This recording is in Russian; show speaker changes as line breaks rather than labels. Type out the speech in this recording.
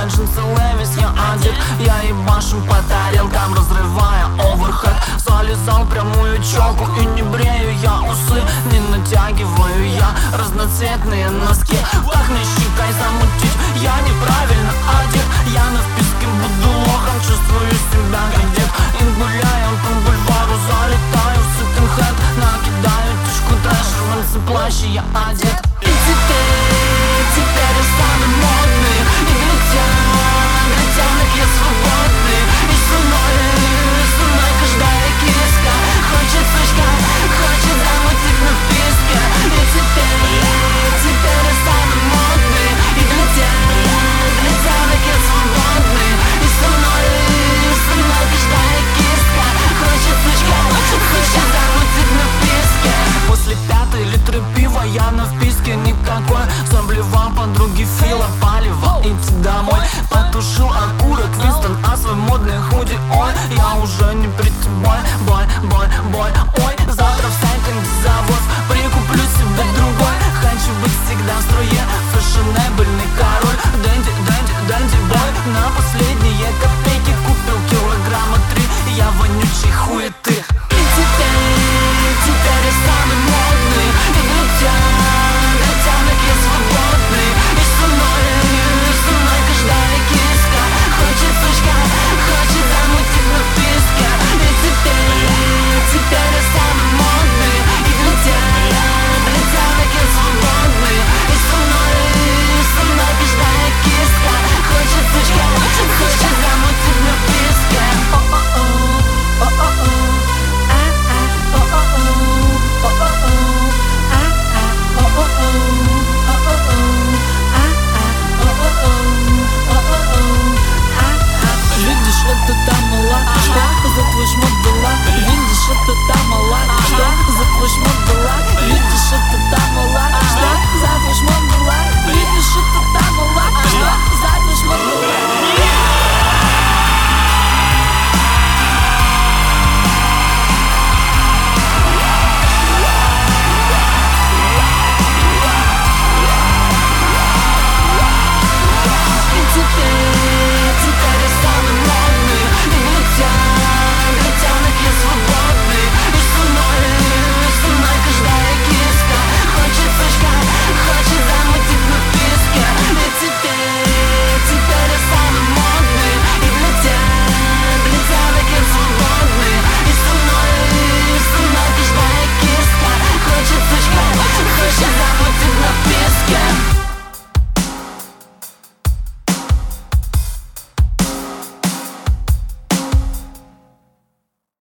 джинсы Левис я одет. Я ебашу по тарелкам, разрывая оверхед. Залезал в прямую челку и не брею я усы. Не натягиваю я разноцветные носки. Как мне щекой замутить? Я неправильно одет. Я на вписке буду лохом, чувствую себя как дед. И гуляем по бульвару, залетаю в секонд-хенд. Накидаю тишку трэша, в антиплаще я одет. И теперь я самый модный. И глядят, я свободный. И со мной каждая киска хочет сучка, хочет замутить на вписке. И теперь я самый модный. И глядят, я свободный. И со мной каждая киска хочет сучка, хочет замутить на вписке. После 5-й литры пива я на вписке никакой. Заблевал подруги Фила, палево, идти домой. Потушил окурок Винстон, а свой модный худи. Ой, я уже не при тобой, бой.